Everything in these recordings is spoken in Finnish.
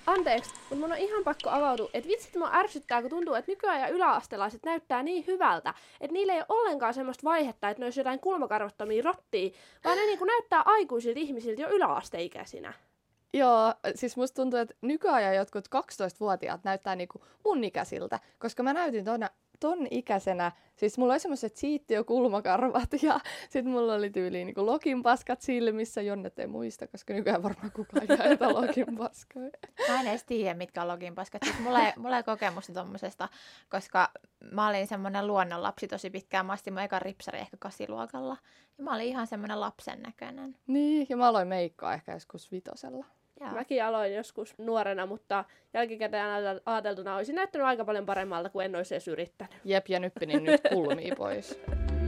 Anteeksi, mutta mun on ihan pakko avautua, että vitsit mua ärsyttää, kun tuntuu, että nykyajan yläastelaiset näyttää niin hyvältä, että niillä ei ole ollenkaan semmoista vaihetta, että ne olisi jotain kulmakarvottomia rottia, vaan ne niinku näyttää aikuisilta ihmisiltä jo yläasteikäisinä. Joo, siis musta tuntuu, että nykyajan jotkut 12-vuotiaat näyttää niinku mun ikäisiltä, koska mä näytin ton ikäisenä, siis mulla oli semmoiset siittiökulmakarvat ja sit mulla oli tyyliin niinku lokinpaskat silmissä, Jonnet ei muista, koska nykyään varmaan kukaan ei jaeta lokinpaskoja. Mä en edes tiedä, mitkä on loginpaskat. Siis mulla ei kokemusta tommosesta, koska mä olin semmonen luonnonlapsi tosi pitkään. Mä astin mun ekan ripsari ehkä 8-luokalla. Ja mä olin ihan semmonen lapsen näköinen. Niin, ja mä aloin meikkaa ehkä joskus 5. Joo. Mäkin aloin joskus nuorena, mutta jälkikäteen ajateltuna olisin näyttänyt aika paljon paremmalta, kuin en olisi edes yrittänyt. Jep, ja nyppinin nyt kulmii pois.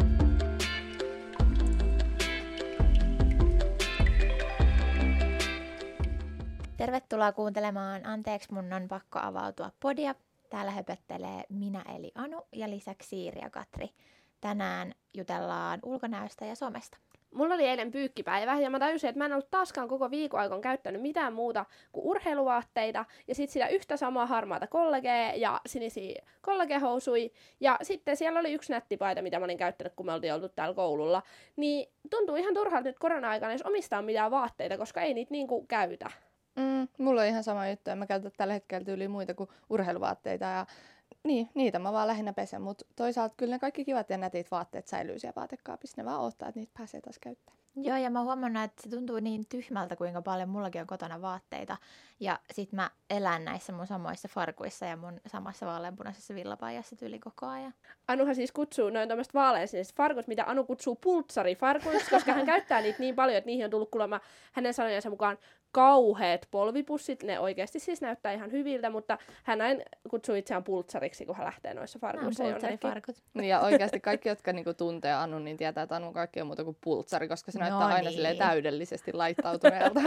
Tervetuloa kuuntelemaan Anteeksi, mun on pakko avautua podia. Täällä höpöttelee minä eli Anu ja lisäksi Siiri ja Katri. Tänään jutellaan ulkonäöstä ja somesta. Mulla oli eilen pyykkipäivä ja mä tajusin, että mä en ollut taaskaan koko viikon aikana käyttänyt mitään muuta kuin urheiluvaatteita ja sit sitä yhtä samaa harmaata kollegea ja sinisiä kollegehousui ja sitten siellä oli yksi nättipaita, mitä mä olin käyttänyt, kun me oltiin oltu täällä koululla. Niin tuntuu ihan turhalta nyt korona-aikana edes omistaa mitään vaatteita, koska ei niitä niinku käytä. Mulla on ihan sama juttu, mä käytän tällä hetkellä tyyliin muita kuin urheiluvaatteita ja niin, niitä mä vaan lähinnä pesen, mutta toisaalta kyllä ne kaikki kivat ja nätit vaatteet säilyy siellä vaatekaapissa, ne vaan odottaa, että niitä pääsee taas käyttämään. Joo, ja mä oon huomannut, että se tuntuu niin tyhmältä, kuinka paljon mullakin on kotona vaatteita. Ja sit mä elän näissä mun samoissa farkuissa ja mun samassa vaaleanpunaisessa villapaijassa tyyli koko ajan. Anuhan siis kutsuu noin tämmöiset vaaleansiset farkut, mitä Anu kutsuu pultsarifarkuiksi, koska hän käyttää niitä niin paljon, että niihin on tullut kuulemma hänen sanojensa mukaan kauheat polvipussit. Ne oikeasti siis näyttää ihan hyviltä, mutta hän aina kutsuu itseään pultsariksi, kun hän lähtee noissa farkuissa jonnekin. Ja oikeasti kaikki, jotka niinku tuntee Anun, niin tietää, että Anu kaikki on muuta kuin pultsari, koska se näyttää aina silleen täydellisesti laittautuneelta.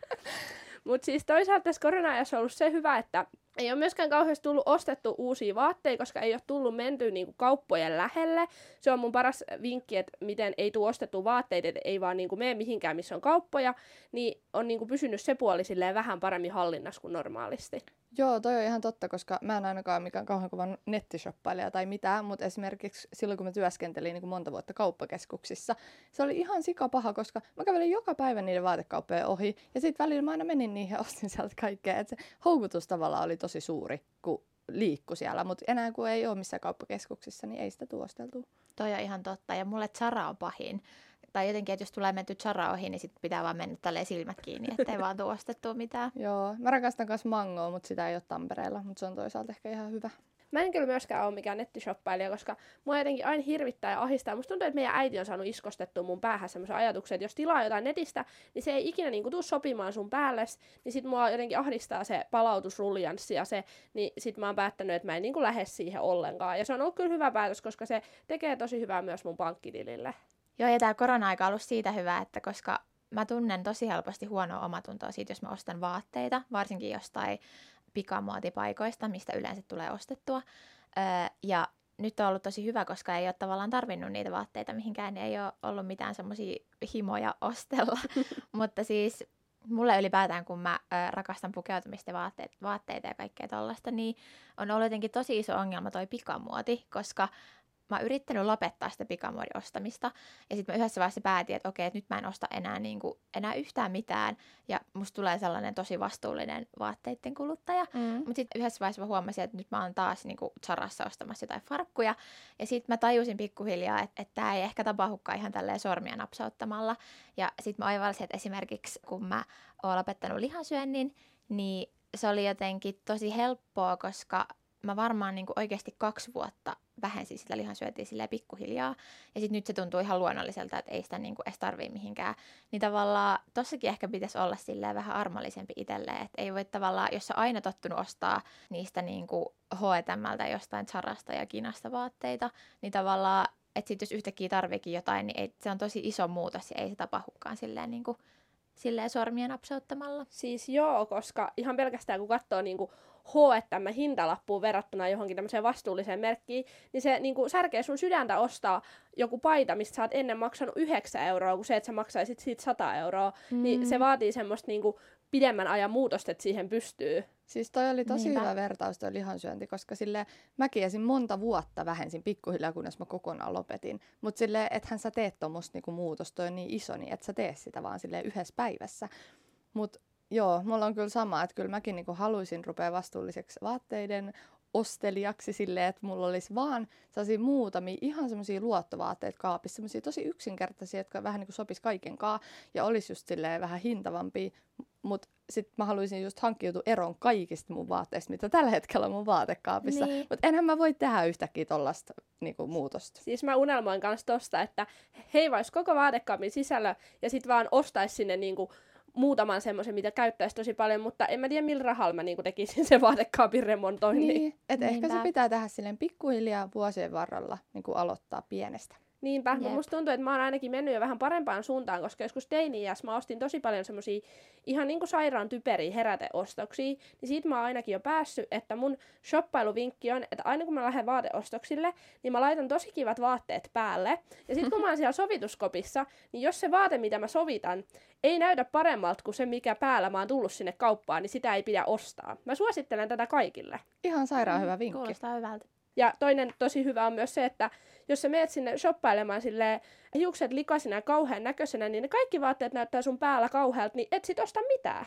Mutta siis toisaalta tässä korona-ajassa on ollut se hyvä, että ei ole myöskään kauheasti tullut ostettu uusia vaatteita, koska ei ole tullut menty niinku kauppojen lähelle. Se on mun paras vinkki, että miten ei tule ostettu vaatteita, että ei vaan niinku mene mihinkään, missä on kauppoja, niin on niinku pysynyt se puoli silleen vähän paremmin hallinnassa kuin normaalisti. Joo, toi on ihan totta, koska mä en ainakaan mikään kauhean kovan nettishoppaileja tai mitään, mutta esimerkiksi silloin, kun mä työskentelin niin kuin monta vuotta kauppakeskuksissa, se oli ihan sikapaha, koska mä kävelin joka päivä niiden vaatekauppojen ohi, ja sitten välillä mä aina menin niihin ja ostin sieltä kaikkea, että se houkutus tavallaan oli tosi suuri, kun liikkui siellä, mutta enää kun ei ole missään kauppakeskuksissa, niin ei sitä tuosteltu. Toi on ihan totta, ja mulle Zara on pahin. Tai jotenkin, että jos tulee menty Zara ohi, niin sit pitää vaan mennä tälleen silmät kiinni, ettei vaan tuostettua mitään. Joo, mä rakastan myös mangoa, mutta sitä ei ole Tampereella, mutta se on toisaalta ehkä ihan hyvä. Mä en kyllä myöskään ole mikään nettishoppailija, koska mua jotenkin aina hirvittää ja ahdistaa. Musta tuntuu, että meidän äiti on saanut iskostettua mun päähän semmoisen ajatuksen, että jos tilaa jotain netistä, niin se ei ikinä niinku tuu sopimaan sun päälles. Niin sit mua jotenkin ahdistaa se palautusruljanssi ja se, niin sit mä oon päättänyt, että mä en niinku lähde siihen ollenkaan. Ja se on ollut kyllä hyvä päätös, koska se tekee tosi hyvää myös mun pankkitilille. Joo, ja tää korona-aika on ollut siitä hyvä, että koska mä tunnen tosi helposti huonoa omatuntoa siitä, jos mä ostan vaatteita, varsinkin jostain pikamuotipaikoista, mistä yleensä tulee ostettua. Ja nyt on ollut tosi hyvä, koska ei ole tavallaan tarvinnut niitä vaatteita mihinkään, ei ole ollut mitään semmoisia himoja ostella. Mutta siis mulle ylipäätään, kun mä rakastan pukeutumista ja vaatteita ja kaikkea tollaista, niin on ollut jotenkin tosi iso ongelma toi pikamuoti, koska mä oon yrittänyt lopettaa sitä pikamuodin ostamista, ja sitten mä yhdessä vaiheessa päätin, että okei, että nyt mä en osta enää yhtään mitään, ja musta tulee sellainen tosi vastuullinen vaatteiden kuluttaja. Mutta sitten yhdessä vaiheessa mä huomasin, että nyt mä oon taas Zarassa ostamassa jotain farkkuja, ja sitten mä tajusin pikkuhiljaa, että tää ei ehkä tapahdukaan ihan tälleen sormia napsauttamalla, ja sitten mä oivalsin, että esimerkiksi kun mä oon lopettanut lihansyönnin, niin se oli jotenkin tosi helppoa, koska mä varmaan oikeasti 2 vuotta vähensin sitä lihansyöntiä silleen pikkuhiljaa. Ja sitten nyt se tuntuu ihan luonnolliselta, että ei sitä edes tarvii mihinkään. Niin tavallaan tossakin ehkä pitäisi olla silleen vähän armollisempi itselleen. Että ei voi tavallaan, jos sä aina tottunut ostaa niistä H&M:ltä jostain Zarasta ja Kinasta vaatteita, niin tavallaan, että sit jos yhtäkkiä tarviikin jotain, niin ei, se on tosi iso muutos ja ei se tapahdukaan silleen sormia napsauttamalla. Siis joo, koska ihan pelkästään kun katsoo H&M-hintalappuun verrattuna johonkin tämmöiseen vastuulliseen merkkiin, niin se särkee sun sydäntä ostaa joku paita, mistä sä oot ennen maksanut 9 euroa, kun se, että sä maksaisit siitä 100 euroa, niin se vaatii semmoista pidemmän ajan muutosta, että siihen pystyy Siis toi oli tosi Niinpä. hyvä vertaus toi lihansyönti, koska sille mäkin esim. Monta vuotta vähensin pikkuhiljaa, kunnes mä kokonaan lopetin. Mutta silleen, ethän sä teet tommoista niinku muutosta, toi on niin iso, niin et sä tee sitä vaan silleen yhdessä päivässä. Mut joo, mulla on kyllä sama, että kyllä mäkin niinku haluaisin rupea vastuulliseksi vaatteiden ostelijaksi silleen, että mulla olisi vaan sellaisia muutamia ihan semmoisia luottovaatteita kaapissa, semmoisia tosi yksinkertaisia, jotka vähän niinku sopis kaikenkaan ja olisi just silleen vähän hintavampia, mutta sitten mä haluaisin just hankkiutua eroon kaikista mun vaatteista, mitä tällä hetkellä on mun vaatekaapissa. Niin. Mutta enhän mä voi tehdä yhtäkkiä tollaista niinku muutosta. Siis mä unelmoin kanssa tosta, että heivais koko vaatekaapin sisällä ja sit vaan ostais sinne niinku muutaman semmoisen, mitä käyttäisi tosi paljon, mutta en mä tiedä millä rahalla mä niinku tekisin sen vaatekaapin remontoinnin. Niin, että ehkä se Niinpä. pitää tehdä silleen pikkuhiljaa vuosien varrella niinku aloittaa pienestä. Niinpä, Jep. musta tuntuu, että mä oon ainakin mennyt jo vähän parempaan suuntaan, koska joskus teini-iässä mä ostin tosi paljon semmosia ihan niinku sairaan typeriä heräteostoksia, niin siitä mä oon ainakin jo päässyt, että mun shoppailuvinkki on, että aina kun mä lähden vaateostoksille, niin mä laitan tosi kivat vaatteet päälle, ja sit kun mä oon siellä sovituskopissa, niin jos se vaate, mitä mä sovitan, ei näytä paremmalta kuin se, mikä päällä mä oon tullut sinne kauppaan, niin sitä ei pidä ostaa. Mä suosittelen tätä kaikille. Ihan sairaan hyvä vinkki. Kuulostaa hyvältä. Ja toinen tosi hyvä on myös se, että jos sä meet sinne shoppailemaan silleen hiukset likaisina ja kauhean näköisenä, niin ne kaikki vaatteet näyttää sun päällä kauhealta, niin et sit osta mitään.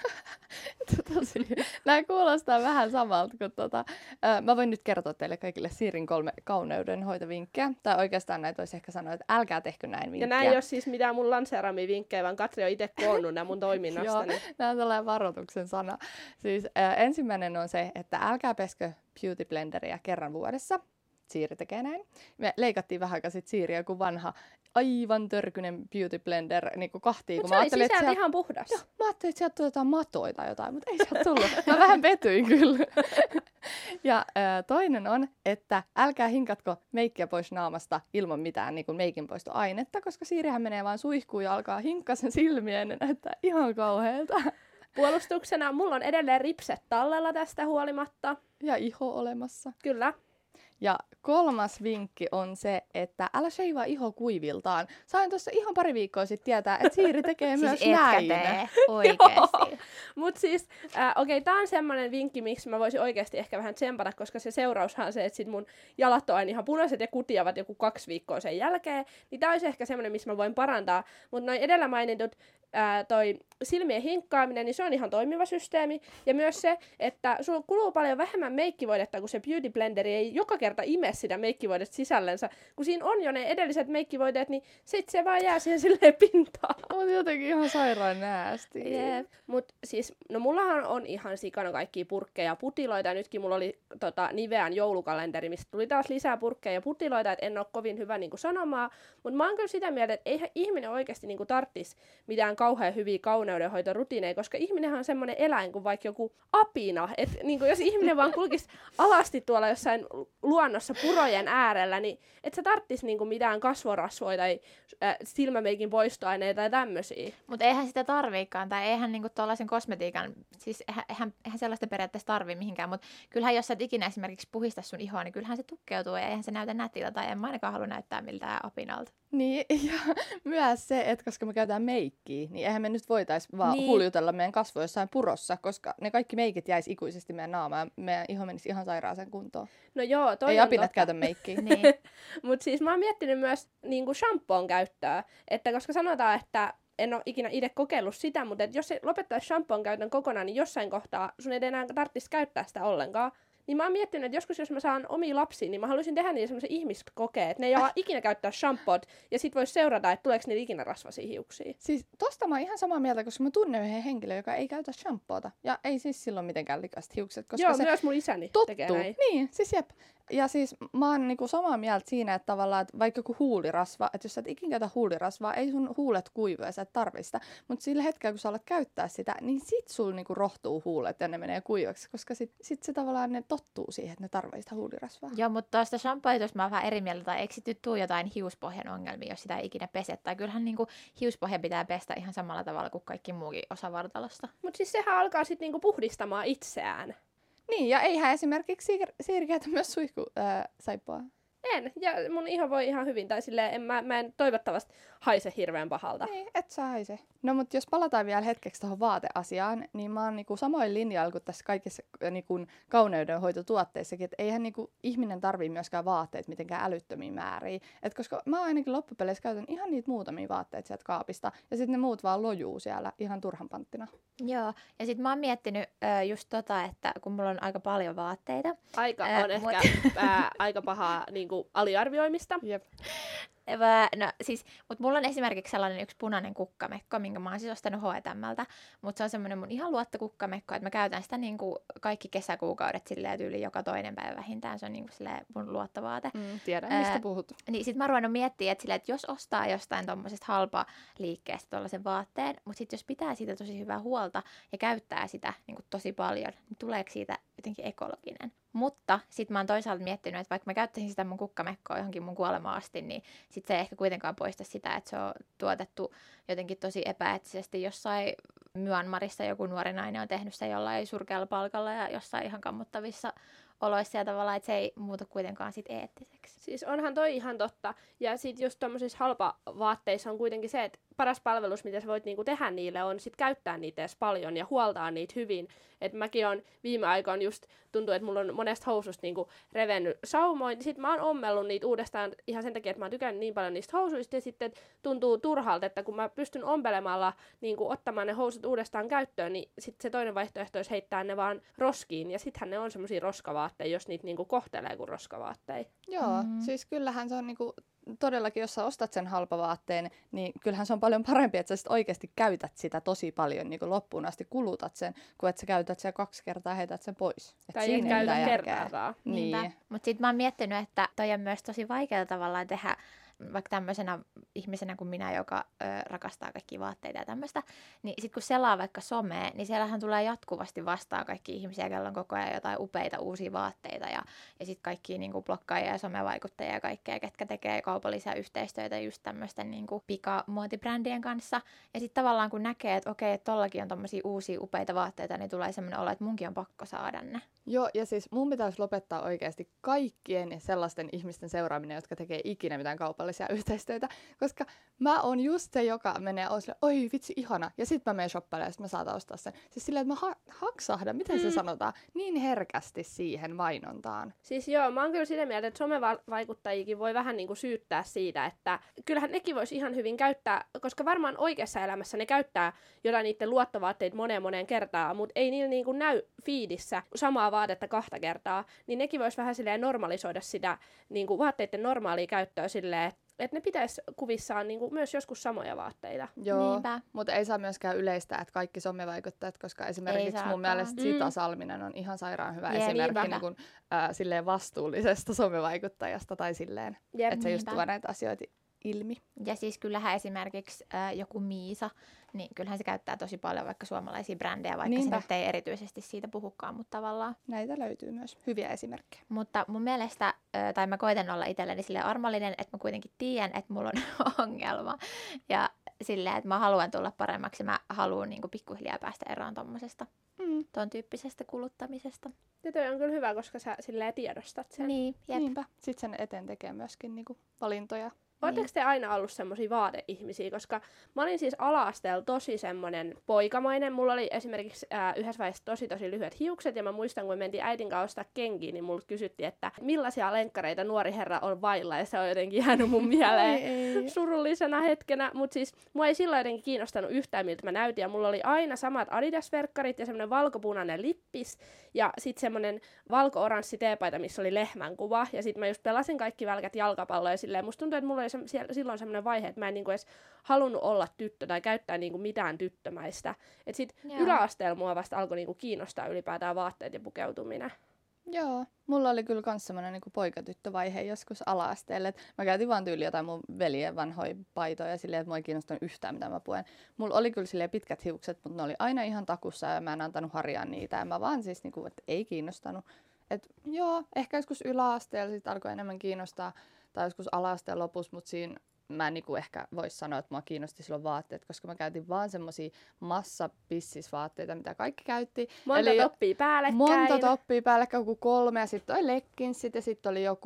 Nämä kuulostaa vähän samalta kuin mä voin nyt kertoa teille kaikille Siirin 3 kauneudenhoitovinkkejä. Tai oikeastaan näitä voisi ehkä sanoa, että älkää tehkö näin Ja vinkkejä. nämä ei ole siis mitään mun lanseeraamia vinkkejä, vaan Katri on itse koonnut nämä mun toiminnasta. Joo, nämä on tällainen varoituksen sana. Siis ensimmäinen on se, että älkää peskö beauty blenderia kerran vuodessa. Siiri tekee näin. Me leikattiin vähän aikaa sitten Siiriä, kun vanha aivan törkynen beauty blender niin kahtiin. Mutta se oli sisältä ihan puhdas. Joo, mä ajattelin, että sieltä tuli jotain matoja tai jotain, mutta ei sieltä tullut. Mä vähän petyin kyllä. Ja toinen on, että älkää hinkatko meikkiä pois naamasta ilman mitään niin kuin meikinpoistoainetta, koska Siirihän menee vaan suihkuun ja alkaa hinkkaa sen silmiä ja ne näyttää ihan kauhealta. Puolustuksena mulla on edelleen ripset tallella tästä huolimatta. Ja iho olemassa. Kyllä. Ja 3. vinkki on se, että älä sheivaa iho kuiviltaan. Sain tuossa ihan pari viikkoa sitten tietää, että Siiri tekee myös Siis näin. tee oikeesti. Mut siis, okei, tää on semmonen vinkki, miksi mä voisin oikeasti ehkä vähän tsempata, koska se seuraushan on se, että sit mun jalat on aina ihan punaiset ja kutiavat joku 2 viikkoa sen jälkeen. Niin tää olisi ehkä semmonen, missä mä voin parantaa. Mutta noin edellä mainitut toi silmien hinkkaaminen, niin se on ihan toimiva systeemi. Ja myös se, että sulla kuluu paljon vähemmän meikkivoidetta, kun se beauty blenderi ei joka kerta ime sitä meikkivoidetta sisällensä. Kun siinä on jo ne edelliset meikkivoiteet, niin sit se vaan jää siihen silleen pintaan. On jotenkin ihan sairaan näästi. Jep. Mut siis, no mullahan on ihan sikana kaikkia purkkeja ja putiloita. Nytkin mulla oli Nivean joulukalenteri, mistä tuli taas lisää purkkeja ja putiloita, et en oo kovin hyvä niinku sanomaa. Mut mä oon kyllä sitä mieltä, että eihän ihminen oikeasti niinku tarttis mitään kauhean hyviä kauneudenhoitorutiineja, koska ihminenhän on semmoinen eläin kuin vaikka joku apina. Et niinku jos ihminen vaan kulkisi alasti tuolla jossain luonnossa purojen äärellä, niin et sä tarttis niinku mitään kasvorasvoja tai silmämeikin poistoaineita tai tämmösiä. Mutta eihän sitä tarviikaan, tai eihän niinku tuollaisen kosmetiikan, siis eihän sellaista periaatteessa tarvii mihinkään, mutta kyllähän jos sä et ikinä esimerkiksi puhista sun ihoa, niin kyllähän se tukkeutuu ja eihän se näytä nätiltä, tai en mä ainakaan halua näyttää miltään apinalta. Niin, ja myös se, että koska me käytetään meikkiä, niin eihän me nyt voitaisi vaan Niin. huljutella meidän kasvoja jossain purossa, koska ne kaikki meikit jäisi ikuisesti meidän naamaan ja meidän iho menisi ihan sairaaseen kuntoon. No joo, toi Ei on apinat totta. käytä meikkiä. Niin. Mutta siis mä oon miettinyt myös niinku shampoon käyttöä, että koska sanotaan, että en ole ikinä itse kokeillut sitä, mutta jos se lopettaisi shampoon käytön kokonaan, niin jossain kohtaa sun ei enää tarvitsisi käyttää sitä ollenkaan. Niin mä oon miettinyt, että joskus jos mä saan omia lapsia, niin mä haluaisin tehdä niille semmoisen ihmiskokeen, että ne ei ala ikinä käyttää shampoot, ja sit vois seurata, että tuleeko niillä ikinä rasvasia hiuksia. Siis tosta mä oon ihan samaa mieltä, koska mä tunnen yhden henkilön, joka ei käytä shampoota. Ja ei siis silloin mitenkään likaiset hiukset, koska Joo, se myös mun isäni tekee tottuu. näin. Niin, siis jep. Ja siis mä oon niinku samaa mieltä siinä, että tavallaan, että vaikka joku huulirasva, että jos sä et ikinä käytä huulirasvaa, ei sun huulet kuivu ja sä et tarvii sitä. Mutta sillä hetkellä, kun sä alat käyttää sitä, niin sit sulla niinku rohtuu huulet ja ne menee kuivaksi, koska sit se tavallaan ne tottuu siihen, että ne tarvii sitä huulirasvaa. Joo, mutta tuosta shampooitusta mä oon vähän eri mieltä, tai eikö sit nyt tuu jotain hiuspohjan ongelmia, jos sitä ei ikinä pese, tai kyllähän niinku hiuspohja pitää pestä ihan samalla tavalla kuin kaikki muukin osa vartalosta. Mut siis sehän alkaa sit niinku puhdistamaan itseään. Niin, ja eihän esimerkiksi Siiri käytä myös suihkusaippua. En. Ja mun iho voi ihan hyvin. Tai silleen, mä en toivottavasti haise hirveän pahalta. Niin, et sä haise. No mut jos palataan vielä hetkeksi tuohon vaateasiaan, niin mä oon niinku samoin linjalla kuin tässä kaikissa niinku kauneudenhoitotuotteissakin, että eihän niinku ihminen tarvii myöskään vaatteet mitenkään älyttömiä määriä. Et koska mä ainakin loppupeleissä käytän ihan niitä muutamia vaatteita sieltä kaapista, ja sitten ne muut vaan lojuu siellä ihan turhan panttina. Joo, ja sitten mä oon miettinyt just että kun mulla on aika paljon vaatteita. Aika on ehkä aika pahaa niinku aliarvioimista. Jep. No siis, mutta mulla on esimerkiksi sellainen yksi punainen kukkamekko, minkä mä oon siis ostanut H&M:ltä, mutta se on semmoinen mun ihan luottokukkamekko, että mä käytän sitä niinku kaikki kesäkuukaudet silleen tyyli joka toinen päivä vähintään, se on niinku silleen mun luottovaate. Tiedän, mistä puhut. Niin sit mä oon ruvennut miettimään, että jos ostaa jostain tommosesta halpaliikkeestä tollasen vaatteen, mutta sit jos pitää siitä tosi hyvää huolta ja käyttää sitä niinku tosi paljon, niin tuleeko siitä jotenkin ekologinen? Mutta sitten mä oon toisaalta miettinyt, että vaikka mä käyttäisin sitä mun kukkamekkoa johonkin mun kuolemaan asti, niin sit se ei ehkä kuitenkaan poista sitä, että se on tuotettu jotenkin tosi epäeettisesti jossain Myanmarissa joku nuori nainen on tehnyt se jollain surkealla palkalla ja jossain ihan kammottavissa oloissa ja tavallaan, että se ei muuta kuitenkaan sit eettiseksi. Siis onhan toi ihan totta. Ja sit just tommosissa halpavaatteissa on kuitenkin se, että paras palvelus, mitä sä voit niinku tehdä niille, on sit käyttää niitä edes paljon ja huoltaa niitä hyvin. Et mäkin on viime aikoina just tuntuu, että mulla on monesta housusta niinku revennyt saumoin. Sit mä oon ommellut niitä uudestaan ihan sen takia, että mä oon tykännyt niin paljon niistä housuista. Ja sitten tuntuu turhalta, että kun mä pystyn ompelemalla niinku ottamaan ne housut uudestaan käyttöön, niin sit se toinen vaihtoehto olisi heittää ne vaan roskiin. Ja sittenhän ne on semmosia roskavaatteja, jos niitä niinku kohtelee kuin roskavaatteja. Joo, siis kyllähän se on niinku todellakin, jos sä ostat sen halpavaatteen, niin kyllähän se on paljon parempi, että sä sit oikeasti käytät sitä tosi paljon niin loppuun asti, kulutat sen, kuin että sä käytät sen 2 kertaa ja heität sen pois. Tai et käytä kertaakaan. Niin. Mutta sitten mä oon miettinyt, että toi on myös tosi vaikea tavallaan tehdä, vaikka tämmöisenä ihmisenä kuin minä, joka rakastaa kaikkia vaatteita ja tämmöistä, niin sitten kun selaa vaikka somea, niin siellähän tulee jatkuvasti vastaan kaikki ihmisiä, joilla on koko ajan jotain upeita uusia vaatteita ja sitten kaikki niinku blokkaajia ja somevaikuttajia ja kaikkea, ketkä tekee kaupallisia yhteistyötä just tämmöisten niinku pikamuotibrändien kanssa. Ja sitten tavallaan kun näkee, että okei, että tollakin on tommosia uusia upeita vaatteita, niin tulee semmoinen olo, että munkin on pakko saada ne. Joo, ja siis mun pitäisi lopettaa oikeasti kaikkien sellaisten ihmisten seuraaminen, jotka tekee ikinä mitään kaupallisia yhteistyötä, koska mä oon just se, joka menee sille, oi vitsi, ihana, ja sit mä menen shoppailemaan ja sit mä saatan ostaa sen. Siis silleen, että mä haksahdan, miten se sanotaan, niin herkästi siihen mainontaan. Siis joo, mä oon kyllä sitä mieltä, että somevaikuttajikin voi vähän niinku syyttää siitä, että kyllähän nekin vois ihan hyvin käyttää, koska varmaan oikeassa elämässä ne käyttää jotain niiden luottovaatteita moneen kertaa, mutta ei niillä niinku näy feedissä samaa vaatetta 2 kertaa, niin nekin vois vähän silleen normalisoida sitä niinku vaatteiden normaalia käyttöä silleen, että ne pitäisi kuvissaan niinku myös joskus samoja vaatteita. Joo, mutta ei saa myöskään yleistää, että kaikki somevaikuttajat, koska esimerkiksi mun mielestä Sita Salminen on ihan sairaan hyvä esimerkki niin kun, silleen vastuullisesta somevaikuttajasta tai silleen, että se just tuo näitä asioita ilmi. Ja siis kyllähän esimerkiksi joku Miisa, niin kyllähän se käyttää tosi paljon vaikka suomalaisia brändejä, vaikka se nyt ei erityisesti siitä puhukaan, mutta tavallaan. Näitä löytyy myös hyviä esimerkkejä. Mutta mun mielestä, tai mä koitan olla itselleni silleen armollinen, että mä kuitenkin tiedän, että mulla on ongelma. Ja silleen, että mä haluan tulla paremmaksi, mä haluan niin kuin pikkuhiljaa päästä eroon tommosesta, ton tyyppisestä kuluttamisesta. Ja toi on kyllä hyvä, koska sä silleen tiedostat sen. Niin, jep. Niinpä. Sitten sen eteen tekee myöskin niinku valintoja. Oletteko te aina ollut semmosia vaateihmisiä? Koska mä olin siis ala-asteella tosi semmonen poikamainen. Mulla oli esimerkiksi yhdessä vaiheessa tosi lyhyet hiukset. Ja mä muistan, kun me mentiin äitin kanssa ostaa kenkiä, niin multa kysyttiin, että millaisia lenkkareita nuori herra on vailla. Ja se on jotenkin jäänyt mun mieleen surullisena hetkenä. Mutta siis mua ei silloin jotenkin kiinnostanut yhtään, miltä mä näytin. Ja mulla oli aina samat Adidas-verkkarit ja semmonen valkopunainen lippis. Ja sit semmonen valko-oranssi teepaita, missä oli lehmän kuva. Ja sit mä just pelasin kaikki välkät jalkapalloa. Ja silleen musta tuntui, että mulla oli silloin semmoinen vaihe, että mä en niinku edes halunnut olla tyttö tai käyttää niinku mitään tyttömäistä. Et sit yläasteella mua vasta alkoi niinku kiinnostaa ylipäätään vaatteet ja pukeutuminen. Joo, mulla oli kyllä kans semmoinen niinku poikatyttövaihe joskus ala-asteelle. Mä käytin vaan tyyli jotain mun veljen vanhoja paitoja silleen, että mua ei kiinnostanut yhtään mitä mä puen. Mulla oli kyllä silleen pitkät hiukset, mutta ne oli aina ihan takussa ja mä en antanut harjaa niitä. Ja mä vaan siis niinku, että ei kiinnostanut. Et joo, ehkä joskus yläasteella sit alkoi enemmän kiinnostaa. Tai joskus ala-asteen lopussa, mutta siinä mä en niinku ehkä vois sanoa, että mua kiinnosti silloin vaatteet, koska mä käytin vaan semmosia massapissisvaatteita, mitä kaikki käytti. Monta toppia päällekkäin, kuin 3, ja sitten oli legginsit, ja sitten oli joku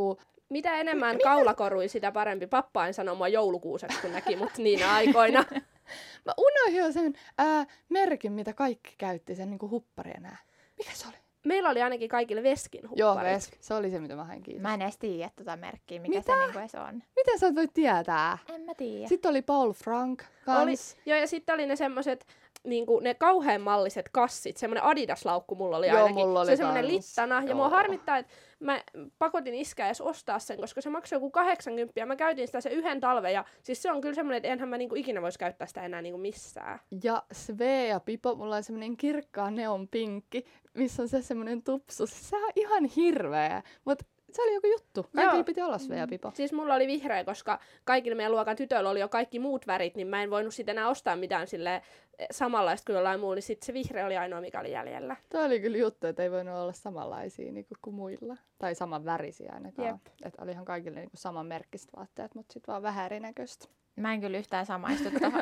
Mitä enemmän kaulakorui, sitä parempi. Pappa en sano mua joulukuuseksi, kun näki mut niinä aikoina. Mä unohdin jo sen merkin, mitä kaikki käytti, sen niinku huppari enää. Mikä se oli? Meillä oli ainakin kaikille Veskin hupparit. Joo, Vesk. Se oli se, mitä mä hain kiinni. Mä en edes tiedä tota merkkiä, mikä Mitä? se niinku edes on. Miten sä et voi tietää? En mä tiedä. Sitten oli Paul Frank kans. Joo, ja sitten oli ne semmoset, niinku ne kauhean malliset kassit. Semmoinen Adidas-laukku mulla oli Joo, ainakin. mulla oli se on semmoinen kans. littana. Ja Joo. mua harmittaa, että mä pakotin iskää edes ostaa sen, koska se maksoi joku 80. Ja mä käytin sitä se yhden talven. Ja siis se on kyllä semmoinen, että enhän mä niinku ikinä vois käyttää sitä enää niinku missään. Ja Sve ja Pipo, mulla on semmonen kirkkaan neon pinkki, missä on se semmonen tupsu. Se on ihan hirveä, mutta se oli joku juttu. Kaikilla Joo. piti olla Sve ja Pipo. Siis mulla oli vihreä, koska kaikilla meidän luokan tytöillä oli jo kaikki muut värit, niin mä en voinut sitten enää ostaa mitään silleen samanlaista kuin jollain muu, niin sitten se vihreä oli ainoa, mikä oli jäljellä. Tämä oli kyllä juttu, että ei voinut olla samanlaisia niin kuin muilla. Tai saman värisiä ainakaan. Jep. Että oli ihan kaikille niin kuin saman merkkiset vaatteet, mutta sitten vaan vähän erinäköistä. Mä en kyllä yhtään samaistu tuohon.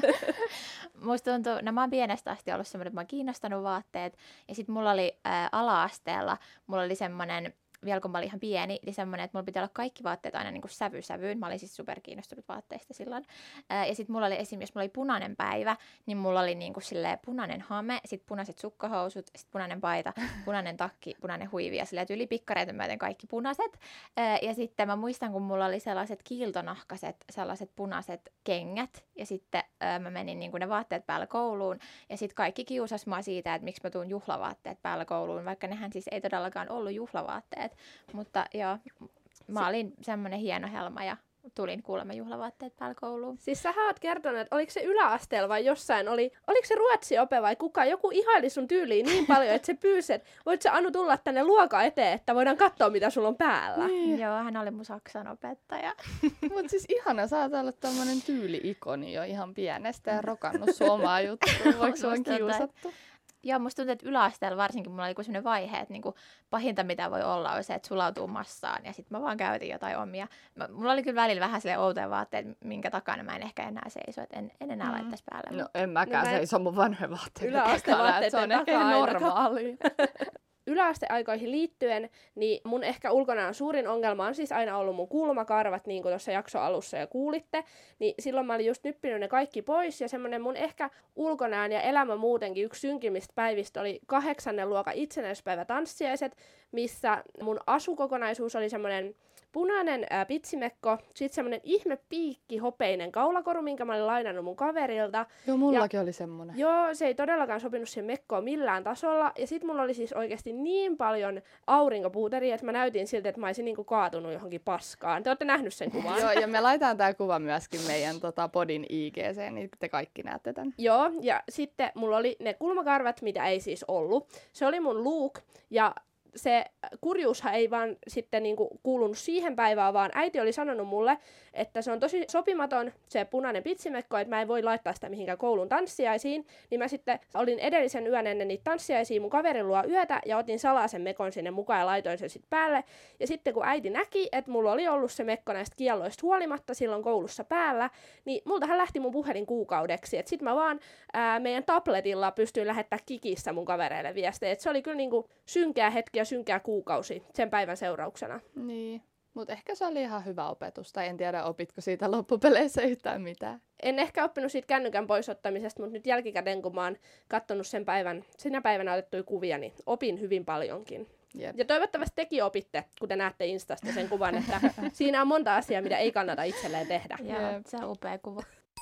Musta tuntuu, no mä oon pienestä asti ollut semmoinen, että mä oon kiinnostanut vaatteet. Ja sit mulla oli ala-asteella, mulla oli semmonen, vielä kun mä olin ihan pieni, niin semmoinen, että mulla pitää olla kaikki vaatteet aina niin kuin sävyyn. Mä olin siis superkiinnostunut vaatteista silloin. Ja sitten mulla oli esimerkiksi, jos mulla oli punainen päivä, niin mulla oli niin kuin silleen punainen hame, sitten punaiset sukkahousut, sitten punainen paita, punainen takki, punainen huivi ja silleen tyylipikkareita myöten kaikki punaiset. Ja sitten mä muistan, kun mulla oli sellaiset kiiltonahkaset, sellaiset punaiset kengät. Ja sitten mä menin niin kuin ne vaatteet päällä kouluun. Ja sitten kaikki kiusasi mua siitä, että miksi mä tuun juhlavaatteet päällä kouluun, vaikka nehän siis ei todellakaan ollut juhlavaatteet. Mutta joo, mä olin semmoinen hieno helma ja tulin kuulemma juhlavaatteet päällä kouluun. Siis sä oot kertonut, että oliko se yläasteella vai jossain, oliko se ruotsiope vai kuka, joku ihaili sun tyyliin niin paljon, että se pyysi, että voit sä Anu tulla tänne luokan eteen, että voidaan katsoa, mitä sulla on päällä. Niin. Joo, hän oli mun saksan opettaja. Mutta siis ihana, sä oot ollut tommonen tyyli-ikoni jo ihan pienestä ja rokannut sun omaa juttua, vaikka sua on Musta tuntuu, kiusattu. Joo, musta tuntuu, että yläasteella varsinkin mulla oli joku sellainen vaihe, että niinku pahinta mitä voi olla on se, että sulautuu massaan ja sitten mä vaan käytin jotain omia. Mulla oli kyllä välillä vähän silleen outoja vaatteet, minkä takana mä en ehkä enää seiso, että en enää laittaisi päälle. No en mäkään No mä en- seiso mun vanhojen vaatteiden Yläastevaatteiden takana, että se on ehkä takaa ihan ainakaan. normaalia. Yläasteaikoihin liittyen, niin mun ehkä ulkonäön suurin ongelma on siis aina ollut mun kulmakarvat, niin kuin tuossa jakson alussa jo kuulitte. Niin silloin mä olin just nyppinyt ne kaikki pois, ja semmonen mun ehkä ulkonäön ja elämä muutenkin yksi synkimmistä päivistä oli 8. luokan itsenäisyyspäivä tanssiaiset, missä mun asukokonaisuus oli semmonen punainen pitsimekko, sitten semmonen ihme piikki hopeinen kaulakoru, minkä mä olin lainannut mun kaverilta. Joo, mullakin oli semmonen. Joo, se ei todellakaan sopinut siihen mekkoon millään tasolla. Ja sit mulla oli siis oikeasti niin paljon aurinkopuuteria, että mä näytin siltä, että mä olisin niinku kaatunut johonkin paskaan. Te olette nähnyt sen kuvan. Joo, ja me laitetaan tää kuva myöskin meidän podin IGC, niin te kaikki näette tän. Joo, ja sitten mulla oli ne kulmakarvat, mitä ei siis ollut. Se oli mun look, ja se kurjuushan ei vaan sitten niinku kuulunut siihen päivään, vaan äiti oli sanonut mulle, että se on tosi sopimaton se punainen pitsimekko, että mä en voi laittaa sitä mihinkään koulun tanssiaisiin. Niin mä sitten olin edellisen yön ennen niitä tanssiaisia mun kaverin luo yötä ja otin salaisen mekon sinne mukaan ja laitoin sen sitten päälle. Ja sitten kun äiti näki, että mulla oli ollut se mekko näistä kielloista huolimatta silloin koulussa päällä, niin multahan lähti mun puhelin kuukaudeksi. Että sit mä vaan meidän tabletilla pystyin lähettämään Kikissä mun kavereille viestejä. Et se oli kyllä niinku synkeä hetki ja synkeä kuukausi sen päivän seurauksena. Niin, mutta ehkä se oli ihan hyvä opetus, tai en tiedä opitko siitä loppupeleissä yhtään mitään. En ehkä oppinut siitä kännykän poisottamisesta, mutta nyt jälkikäteen, kun mä oon katsonut sinä päivänä otettuja kuvia, niin opin hyvin paljonkin. Jep. Ja toivottavasti tekin opitte, kun te näette Instasta sen kuvan, että siinä on monta asiaa, mitä ei kannata itselleen tehdä. Joo, Jep. se on upea kuva.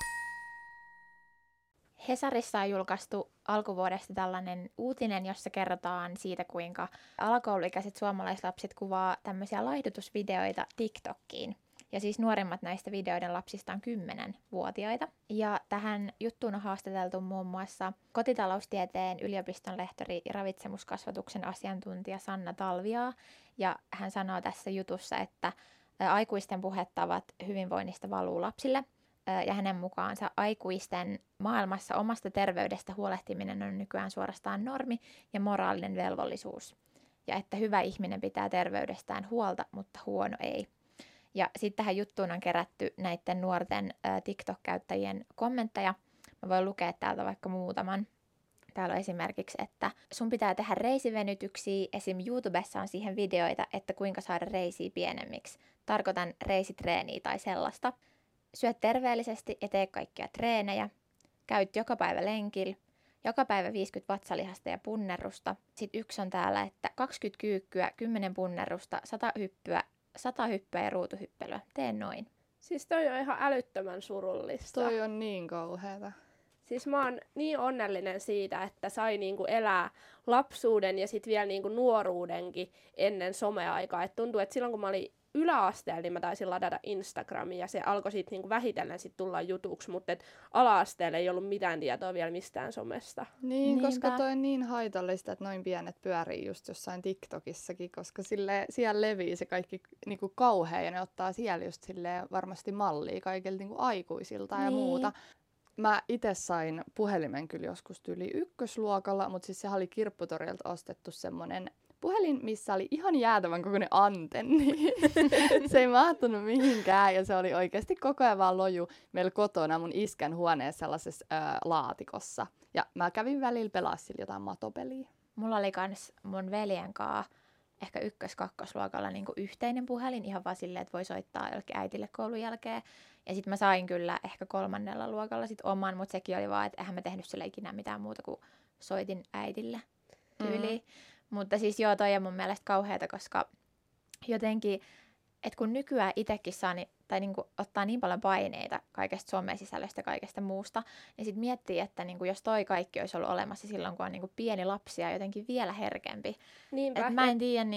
Hesarissa on julkaistu alkuvuodesta tällainen uutinen, jossa kerrotaan siitä, kuinka alakouluikäiset suomalaislapset kuvaa tämmöisiä laihdutusvideoita TikTokiin. Ja siis nuorimmat näistä videoiden lapsista on 10-vuotiaita. Ja tähän juttuun on haastateltu muun muassa kotitaloustieteen yliopiston lehtori ja ravitsemuskasvatuksen asiantuntija Sanna Talviaa. Ja hän sanoo tässä jutussa, että aikuisten puhetavat hyvinvoinnista valuu lapsille. Ja hänen mukaansa aikuisten maailmassa omasta terveydestä huolehtiminen on nykyään suorastaan normi ja moraalinen velvollisuus. Ja että hyvä ihminen pitää terveydestään huolta, mutta huono ei. Ja sitten tähän juttuun on kerätty näiden nuorten TikTok-käyttäjien kommentteja. Mä voin lukea täältä vaikka muutaman. Täällä on esimerkiksi, että sun pitää tehdä reisivenytyksiä. Esim. YouTubessa on siihen videoita, että kuinka saada reisiä pienemmiksi. Tarkoitan reisitreeniä tai sellaista. Syö terveellisesti ja tee kaikkia treenejä. Käyt joka päivä lenkillä. Joka päivä 50 vatsalihasta ja punnerusta. Sitten yksi on täällä, että 20 kyykkyä, 10 punnerusta, 100 hyppyä ja ruutuhyppelyä. Tee noin. Siis toi on ihan älyttömän surullista. Toi on niin kauheata. Siis mä oon niin onnellinen siitä, että sai niinku elää lapsuuden ja sitten vielä niinku nuoruudenkin ennen someaikaa. Et tuntuu, että silloin kun mä olin yläasteella, niin mä taisin ladata Instagramia ja se alkoi sitten niinku vähitellen sit tulla jutuksi, mutta alaasteella ei ollut mitään tietoa vielä mistään somesta. Niin, Niinpä. koska toi on niin haitallista, että noin pienet pyörii just jossain TikTokissakin, koska siellä levii se kaikki niinku kauhea ja ne ottaa siellä just silleen varmasti mallia kaikilta niinku aikuisilta ja Niin. muuta. Mä itse sain puhelimen kyllä joskus tyyli ykkösluokalla, mutta siis sehän oli Kirpputorilta ostettu semmonen puhelin, missä oli ihan jäätävän kokoinen antenni. Se ei mahtunut mihinkään ja se oli oikeasti koko ajan vaan loju meillä kotona mun iskän huoneessa sellaisessa laatikossa. Ja mä kävin välillä pelaa sillä jotain matopeliä. Mulla oli kans mun veljen kanssa ehkä ykkös-kakkosluokalla niinku yhteinen puhelin ihan vaan silleen, että voi soittaa jollekin äitille koulun jälkeen. Ja sit mä sain kyllä ehkä 3. luokalla sit oman, mutta sekin oli vaan, että eihän mä tehnyt sille ikinä mitään muuta kuin soitin äidille tyyliin. Mutta siis joo, toi on mun mielestä kauheata, koska jotenkin, että kun nykyään itsekin saa tai niinku ottaa niin paljon paineita kaikesta somesisällöstä ja kaikesta muusta, niin sit miettii, että niinku jos toi kaikki olisi ollut olemassa silloin, kun on niinku pieni lapsi ja jotenkin vielä herkempi. Niinpä. Et mä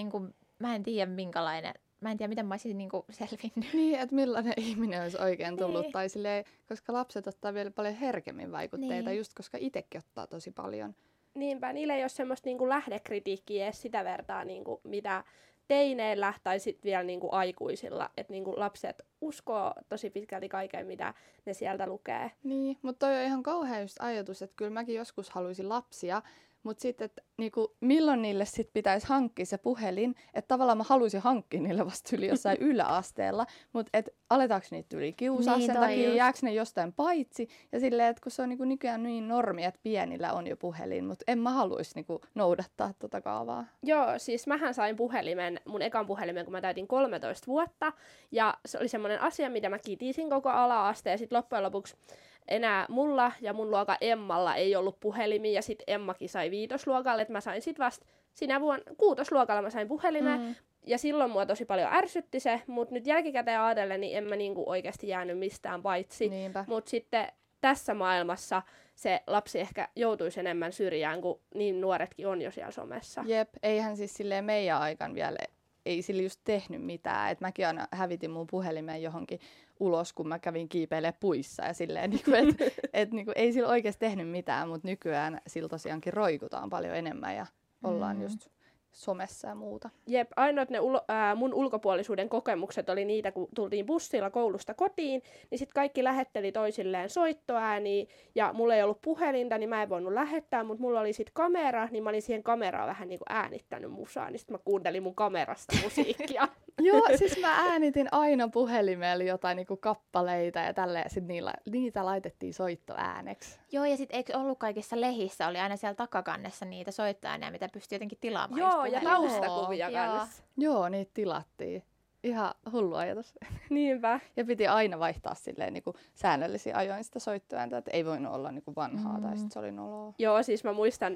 en tiedä minkälainen, mä en tiedä miten mä olisin niinku selvinnyt. Niin, että millainen ihminen olisi oikein tullut. Niin. Tai silleen, koska lapset ottaa vielä paljon herkemmin vaikutteita, Niin. just koska itsekin ottaa tosi paljon. Niinpä, niillä ei ole semmoista niinku lähdekritiikkiä edes sitä vertaa, niinku, mitä teineillä tai sitten vielä niinku aikuisilla. Että niinku lapset uskoo tosi pitkälti kaiken, mitä ne sieltä lukee. Niin, mutta toi on ihan kauhea just ajatus, että kyllä mäkin joskus haluaisin lapsia, mutta sitten, että niinku, milloin niille sit pitäisi hankkia se puhelin, että tavallaan mä haluaisin hankkia niille vasta yli jossain yläasteella, mutta että aletaanko niitä yli kiusaa Niin, sen toi takia, just. jääkö ne jostain paitsi, ja silleen, että kun se on niinku nykyään niin normi, että pienillä on jo puhelin, mutta en mä haluaisi niinku noudattaa tota kaavaa. Joo, siis mähän sain mun ekan puhelimen, kun mä täytin 13 vuotta. Ja se oli semmoinen asia, mitä mä kitisin koko ala-aste. Ja sitten loppujen lopuksi enää mulla ja mun luokan Emmalla ei ollut puhelimia. Ja sitten Emmakin sai 5. luokalle. Että mä sain sitten vasta siinä vuonna 6. luokalla mä sain puhelimen. Ja silloin mua tosi paljon ärsytti se. Mutta nyt jälkikäteen ajatellen, niin en mä niinku oikeasti jäänyt mistään paitsi. Niinpä. Mutta sitten tässä maailmassa se lapsi ehkä joutuisi enemmän syrjään, kun niin nuoretkin on jo siellä somessa. Jep, eihän siis silleen meidän aikaan vielä, ei sillä just tehnyt mitään. Et mäkin aina hävitin mun puhelimen johonkin ulos, kun mä kävin kiipeilemään puissa ja silleen, niinku, et niinku, ei sillä oikeasti tehnyt mitään, mutta nykyään sillä tosiaankin roikutaan paljon enemmän ja ollaan just somessa ja muuta. Jep, ainoat ne mun ulkopuolisuuden kokemukset oli niitä, kun tultiin bussilla koulusta kotiin, niin sitten kaikki lähetteli toisilleen soittoääniä, ja mulla ei ollut puhelinta, niin mä en voinut lähettää, mutta mulla oli sitten kamera, niin mä olin siihen kameraan vähän niinku äänittänyt musaa, niin sitten mä kuuntelin mun kamerasta musiikkia. Joo, siis mä äänitin aina puhelimella jotain niinku kappaleita ja tälleen, ja sit niitä laitettiin soittoääneksi. Joo, ja sitten eikö ollut kaikissa lehissä, oli aina siellä takakannessa niitä soittoääniä, mitä pystyi jotenkin tilaamaan. Joo, just ja puhelimesta. taustakuvia Joo. kanssa. Joo, niitä tilattiin. Ihan hullu ajatus. Niinpä. Ja piti aina vaihtaa silleen niinku säännöllisiä ajoin sitä soittoääntä, että ei voinut olla niinku vanhaa tai sit se oli noloa. Joo, siis mä muistan,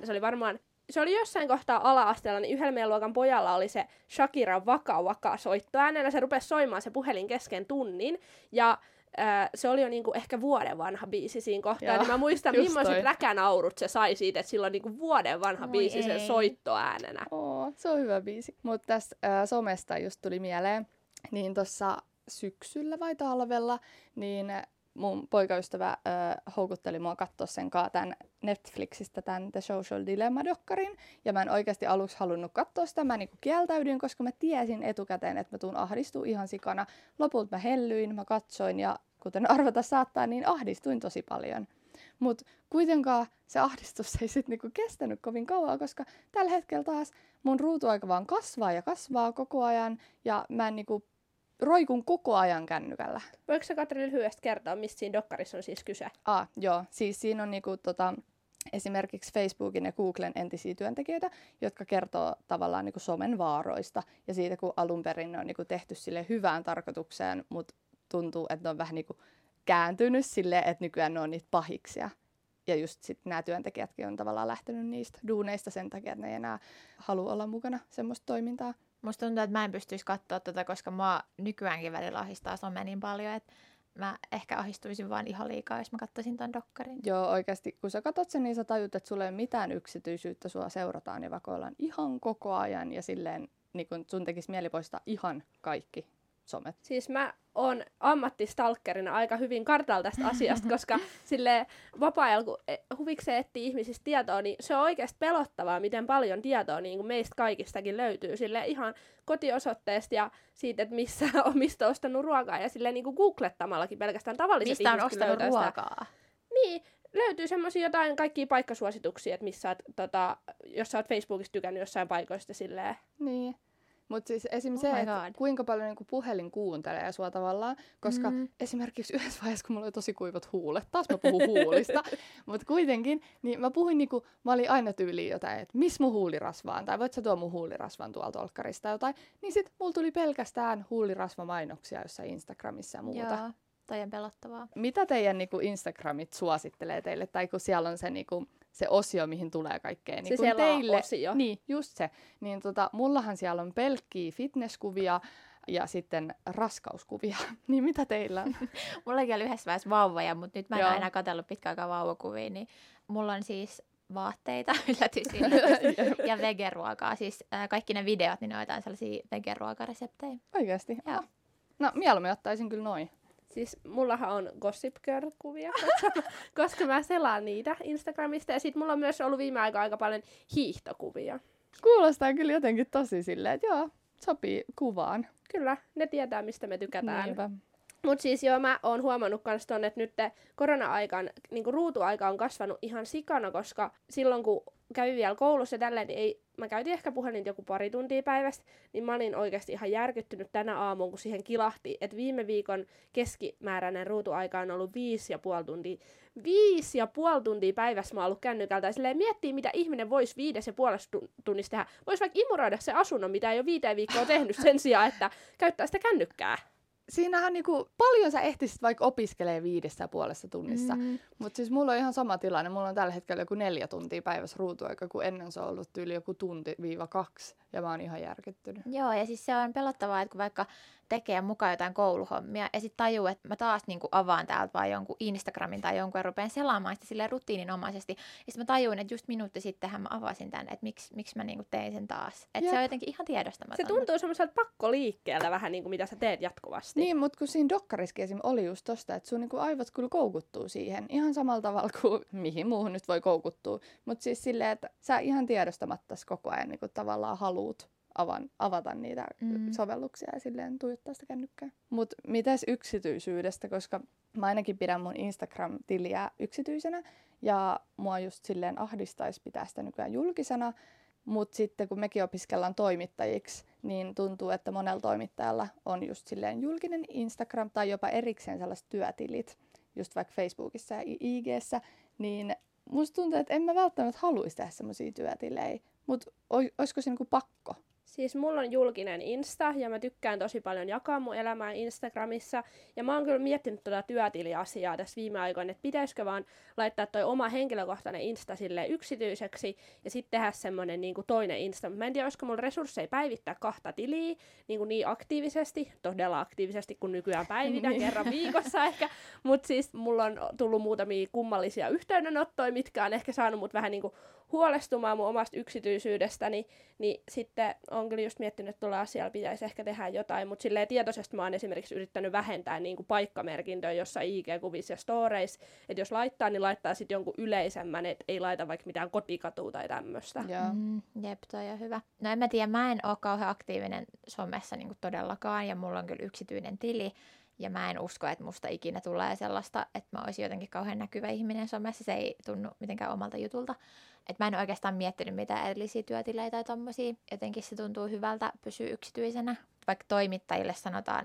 se oli jossain kohtaa ala-asteella, niin yhdellä meidän luokan pojalla oli se Shakiran Vaka soittoäänellä. Se rupesi soimaan se puhelin kesken tunnin. Ja se oli jo niinku ehkä vuoden vanha biisi siinä kohtaa. Joo, Niin mä muistan, just millaiset toi. räkänaurut se sai siitä, että sillä on niinku vuoden vanha Moi biisi sen ei. soittoäänenä. Se on hyvä biisi. Mutta tästä somesta just tuli mieleen, niin tuossa syksyllä vai talvella, niin mun poikaystävä houkutteli mua katsoa sen tämän Netflixistä tämän The Social Dilemma-dokkarin. Ja mä en oikeasti aluksi halunnut katsoa sitä. Mä niinku kieltäydyin, koska mä tiesin etukäteen, että mä tuun ahdistua ihan sikana. Lopulta mä hellyin, mä katsoin ja kuten arvata saattaa, niin ahdistuin tosi paljon. Mutta kuitenkaan se ahdistus ei sitten niinku kestänyt kovin kauan, koska tällä hetkellä taas mun ruutuaika vaan kasvaa ja kasvaa koko ajan. Ja mä niinku roikun koko ajan kännykällä. Voiko sä Katri lyhyesti kertoa, mistä siinä dokkarissa on siis kyse? Joo. Siis siinä on niinku esimerkiksi Facebookin ja Googlen entisiä työntekijöitä, jotka kertoo tavallaan niin kuin somen vaaroista ja siitä, kun alun perin ne on niin kuin tehty sille hyvään tarkoitukseen, mutta tuntuu, että ne on vähän niin kuin kääntynyt silleen, että nykyään ne on niitä pahiksia. Ja just sitten nämä työntekijätkin on tavallaan lähtenyt niistä duuneista sen takia, että ne ei enää halua olla mukana semmoista toimintaa. Musta tuntuu, että mä en pystyisi katsoa tätä, koska mua nykyäänkin välillä ahistaa some niin paljon, että mä ehkä ahistuisin vaan ihan liikaa, jos mä katsoisin ton dokkarin. Joo, oikeasti. Kun sä katsot sen, niin sä tajut, että sulla ei ole mitään yksityisyyttä, sua seurataan ja vakoillaan ihan koko ajan. Ja silleen niin kun sun tekisi mieli poistaa ihan kaikki somet. Siis mä oon ammattistalkkerina aika hyvin kartalla tästä asiasta, koska sille vapaa-ajalla, kun huvikseen etsii ihmisistä tietoa, niin se on oikeasti pelottavaa, miten paljon tietoa niin kuin meistä kaikistakin löytyy. Sille ihan kotiosoitteesta ja siitä, että mistä on ostanut ruokaa ja sille niin kuin googlettamallakin pelkästään tavalliset mistä on ihmiset ostanut ruokaa? Niin, löytyy semmosia jotain kaikkia paikkasuosituksia, että missä jos sä oot Facebookissa tykännyt jossain paikoista silleen. Niin. Mutta siis esimerkiksi se, että kuinka paljon niinku puhelin kuuntelee sua tavallaan, koska esimerkiksi yhdessä vaiheessa, kun mulla oli tosi kuivat huulet, taas mä puhun huulista, mutta kuitenkin, niin mä puhuin niinku, mä olin aina tyyliin jotain, että missä mun huulirasva on, tai voit sä tuo mun huulirasvan tuolta olkkarista jotain, niin sit mulla tuli pelkästään huulirasvamainoksia jossain Instagramissa ja muuta. Joo, toi on pelottavaa. Mitä teidän niinku Instagramit suosittelee teille, tai kun siellä on se niinku se osio, mihin tulee kaikkea. Niin se teille, osio. Niin, just se. Niin mullahan siellä on pelkkiä fitnesskuvia ja sitten raskauskuvia. Niin mitä teillä on? Mullakin oli yhdessä vaiheessa vauvoja, mutta nyt mä en ole enää katsellut pitkään aikaa vauvakuvia, niin mulla on siis vaatteita, yllätys, ja vegeruokaa. Siis kaikki ne videot, niin ne on jotain sellaisia vegeruokareseptejä. Oikeasti? Joo. No, mieluummin ottaisin kyllä noin. Siis mullahan on Gossip Girl-kuvia, koska mä selaan niitä Instagramista. Ja sit mulla on myös ollut viime aikoina aika paljon hiihtokuvia. Kuulostaa kyllä jotenkin tosi silleen, että joo, sopii kuvaan. Kyllä, ne tietää mistä me tykätään. Niinpä. Mut siis joo, mä oon huomannut kans ton, että nyt korona-aikaan niinku ruutuaika on kasvanut ihan sikana, koska silloin kun kävin vielä koulussa ja tälleen, niin mä käytin ehkä puhelinta joku pari tuntia päivästä, niin mä olin oikeasti ihan järkyttynyt tänä aamuun, kun siihen kilahti, että viime viikon keskimääräinen ruutuaika on ollut 5,5 tuntia. 5,5 tuntia päivässä mä oon ollut kännykältä, ja silleen miettii, mitä ihminen voisi 5,5 tunnissa tehdä. Voisi vaikka imuroida se asunnon, mitä ei ole 5 viikkoa tehnyt sen sijaan, että käyttää sitä kännykkää. Siinähän niinku, paljon sä ehtisit vaikka opiskelee 5,5 tunnissa. Mutta siis mulla on ihan sama tilanne. Mulla on tällä hetkellä joku 4 tuntia päivässä ruutuaika, kun ennen se on ollut yli joku 1-2. Ja mä oon ihan järkyttynyt. Joo, ja siis se on pelottavaa, että kun vaikka tekee mukaan jotain kouluhommia ja sitten tajuu, että mä taas niinku avaan täältä vaan jonkun Instagramin tai jonkun ja rupean selaamaan sitä silleen rutiininomaisesti. Ja sitten mä tajuin, että just minuutti sittenhän mä avasin tän, että miksi mä niinku tein sen taas. Että se on jotenkin ihan tiedostamaton. Se tuntuu semmoiselta pakkoliikkeeltä vähän niin kuin mitä sä teet jatkuvasti. Niin, mutta kun siinä dokkariskin esim. Oli just tosta, että sun niinku aivot kyllä koukuttuu siihen. Ihan samalla tavalla kuin mihin muuhun nyt voi koukuttua. Mutta siis silleen, että sä ihan tiedostamattas koko ajan niinku tavallaan haluut avata niitä sovelluksia ja silleen tuijottaa sitä kännykkää. Mutta mitäs yksityisyydestä, koska mä ainakin pidän mun Instagram-tiliä yksityisenä ja mua just silleen ahdistaisi pitää sitä nykyään julkisena. Mutta sitten kun mekin opiskellaan toimittajiksi, niin tuntuu, että monella toimittajalla on just silleen julkinen Instagram tai jopa erikseen sellaiset työtilit, just vaikka Facebookissa ja IG:ssä, niin musta tuntuu, että en mä välttämättä haluaisi tehdä semmosia työtilejä, mutta olisiko se niinku pakko? Siis mulla on julkinen Insta ja mä tykkään tosi paljon jakaa mun elämää Instagramissa. Ja mä oon kyllä miettinyt tuota työtiliasiaa tässä viime aikoina, että pitäisikö vaan laittaa toi oma henkilökohtainen Insta silleen yksityiseksi ja sitten tehdä semmonen niinku toinen Insta. Mä en tiedä, olisiko mulla resursseja päivittää 2 tiliä niin aktiivisesti, todella aktiivisesti, kun nykyään päivitän kerran viikossa ehkä. Mut siis mulla on tullut muutamia kummallisia yhteydenottoja, mitkä on ehkä saanut mut vähän niinku huolestumaan mun omasta yksityisyydestäni, niin sitten on kyllä just miettinyt, että tuolla asialla pitäisi ehkä tehdä jotain, mutta silleen tietoisesti mä oon esimerkiksi yrittänyt vähentää niin kuin paikkamerkintöjä jossain IG-kuvissa ja storeissa, että jos laittaa, niin laittaa sitten jonkun yleisemmän, että ei laita vaikka mitään kotikatua tai tämmöistä. Jep, toi on hyvä. No en mä tiedä, mä en ole kauhean aktiivinen somessa niin kuin todellakaan, ja mulla on kyllä yksityinen tili, ja mä en usko, että musta ikinä tulee sellaista, että mä olisin jotenkin kauhean näkyvä ihminen somessa, se ei tunnu mitenkään omalta jutulta. Että mä en oikeastaan miettinyt mitään erillisiä työtilejä tai tommosia. Jotenkin se tuntuu hyvältä pysyä yksityisenä. Vaikka toimittajille sanotaan, että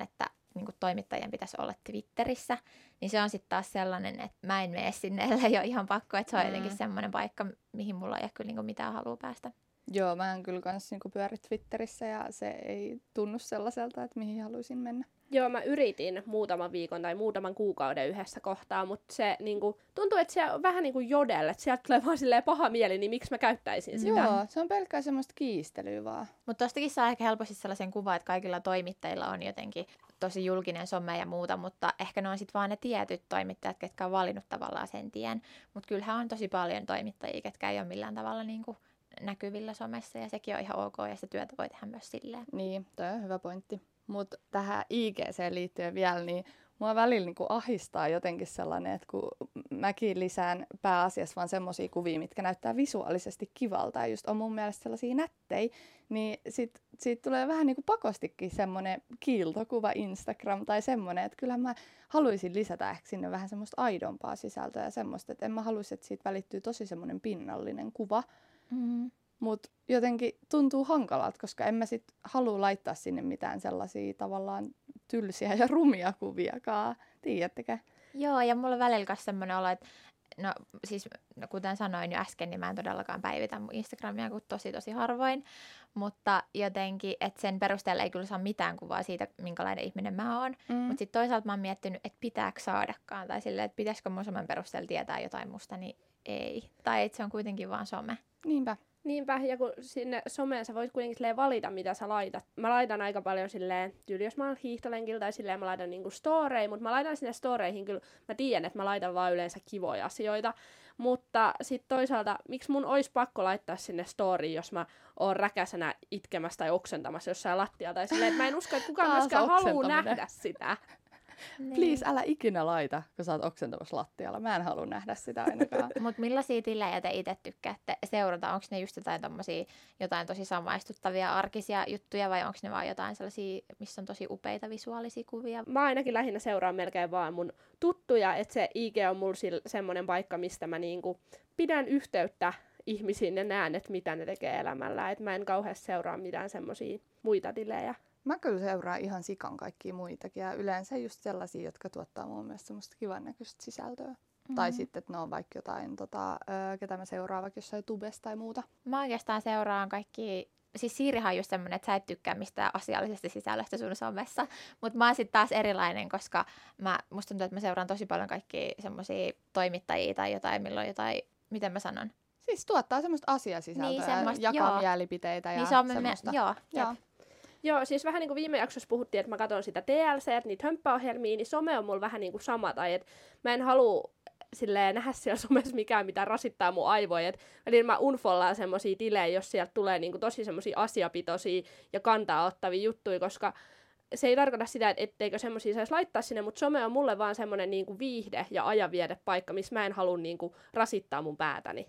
niinku toimittajien pitäisi olla Twitterissä, niin se on sitten taas sellainen, että mä en mene sinne, ellei ole ihan pakko, että se on jotenkin semmoinen paikka, mihin mulla ei ole kyllä niinku mitään halua päästä. Joo, mä en kyllä kans niinku pyöri Twitterissä ja se ei tunnu sellaiselta, että mihin haluaisin mennä. Joo, mä yritin muutaman viikon tai muutaman kuukauden yhdessä kohtaa, mutta se niinku, tuntuu, että se on vähän niin kuin jodelle, että sieltä tulee vaan silleen paha mieli, niin miksi mä käyttäisin sitä? Joo, se on pelkkää semmoista kiistelyä vaan. Mutta tostakin saa ehkä helposti sellaisen kuvan, että kaikilla toimittajilla on jotenkin tosi julkinen some ja muuta, mutta ehkä ne on sitten vaan ne tietyt toimittajat, ketkä on valinnut tavallaan sen tien. Mutta kyllähän on tosi paljon toimittajia, ketkä ei ole millään tavalla niinku näkyvillä somessa ja sekin on ihan ok ja sitä työtä voi tehdä myös silleen. Niin, toi on hyvä pointti. Mutta tähän IGC liittyen vielä, niin mua välillä niinku ahistaa jotenkin sellainen, että kun mäkin lisään pääasiassa vaan semmosia kuvia, mitkä näyttää visuaalisesti kivalta ja just on mun mielestä sellaisia nättejä, niin siitä tulee vähän niinku pakostikin semmoinen kiiltokuva Instagram tai semmoinen, että kyllähän mä haluaisin lisätä ehkä sinne vähän semmoista aidompaa sisältöä ja semmoista, että en mä haluaisi, että siitä välittyy tosi semmoinen pinnallinen kuva. Mutta jotenkin tuntuu hankalalta, koska en mä sit halua laittaa sinne mitään sellaisia tavallaan tylsiä ja rumia kuviakaan. Tiedättekö? Joo, ja mulla on välillä myös semmoinen olo, että kuten sanoin jo äsken, niin mä en todellakaan päivitä mun Instagramia kuin tosi harvoin. Mutta jotenkin, että sen perusteella ei kyllä saa mitään kuvaa siitä, minkälainen ihminen mä oon. Mutta sitten toisaalta mä oon miettinyt, että pitääkö saadakaan. Tai silleen, että pitäisikö mun somen perusteella tietää jotain musta, niin ei. Tai että se on kuitenkin vaan some. Niinpä, ja kun sinne someen sä voit kuitenkin valita, mitä sä laitat. Mä laitan aika paljon silleen, tyyli jos mä oon hiihtolenkillä tai silleen mä laitan niinku storeja, mutta mä laitan sinne storeihin kyllä, mä tiedän, että mä laitan vaan yleensä kivoja asioita. Mutta sitten toisaalta, miksi mun olisi pakko laittaa sinne storyin, jos mä oon räkäsenä itkemässä tai oksentamassa jossain lattialla tai silleen, että mä en usko, että kukaan myöskään haluaa nähdä sitä. Niin. Please, älä ikinä laita, kun sä oot oksentamassa lattialla. Mä en halua nähdä sitä ainakaan. Mutta millaisia tilejä te itse tykkäätte seurata? Onko ne just jotain tosi samaistuttavia arkisia juttuja vai onko ne vaan jotain sellaisia, missä on tosi upeita visuaalisia kuvia? Mä ainakin lähinnä seuraan melkein vaan mun tuttuja, että se IG on mulla semmoinen paikka, mistä mä niinku pidän yhteyttä ihmisiin ja näen, että mitä ne tekee elämällä. Et mä en kauheasti seuraa mitään semmoisia muita tilejä. Mä kyllä seuraan ihan sikan kaikkia muitakin ja yleensä just sellaisia, jotka tuottaa mun mielestä semmoista kivan näköistä sisältöä. Tai sitten, että ne on vaikka jotain, ketä mä seuraan vaikka jossain tubesta tai muuta. Mä oikeastaan seuraan kaikki, siis Siirihan on just semmonen, että sä et tykkää mistään asiallisesta sisällöstä sun somessa. Mutta mä oon sitten taas erilainen, koska musta tuntuu, että mä seuraan tosi paljon kaikkia semmosia toimittajia tai jotain, milloin jotain, miten mä sanon? Siis tuottaa semmoista asiasisältöä ja jakaa mielipiteitä ja niin se on semmoista. Joo. Joo, siis vähän niin kuin viime jaksossa puhuttiin, että mä katson sitä TLC, niitä hömppäohjelmia, niin some on mulla vähän niin kuin sama, tai että mä en halua silleen nähdä siellä somessa mikään, mitä rasittaa mun aivoja, että välillä mä unfollaan semmosia tilejä, jos sieltä tulee niin kuin tosi semmosia asiapitoisia ja kantaa ottavia juttuja, koska se ei tarkoita sitä, että etteikö semmosia saisi laittaa sinne, mutta some on mulle vaan semmoinen niin kuin viihde- ja ajanviedepaikka, missä mä en halua niin kuin rasittaa mun päätäni.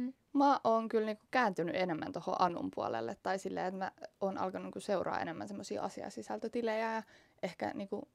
Mä oon kyllä niinku kääntynyt enemmän tuohon Anun puolelle, tai silleen, että mä oon alkanut niinku seuraa enemmän semmosia asiasisältötilejä ja ehkä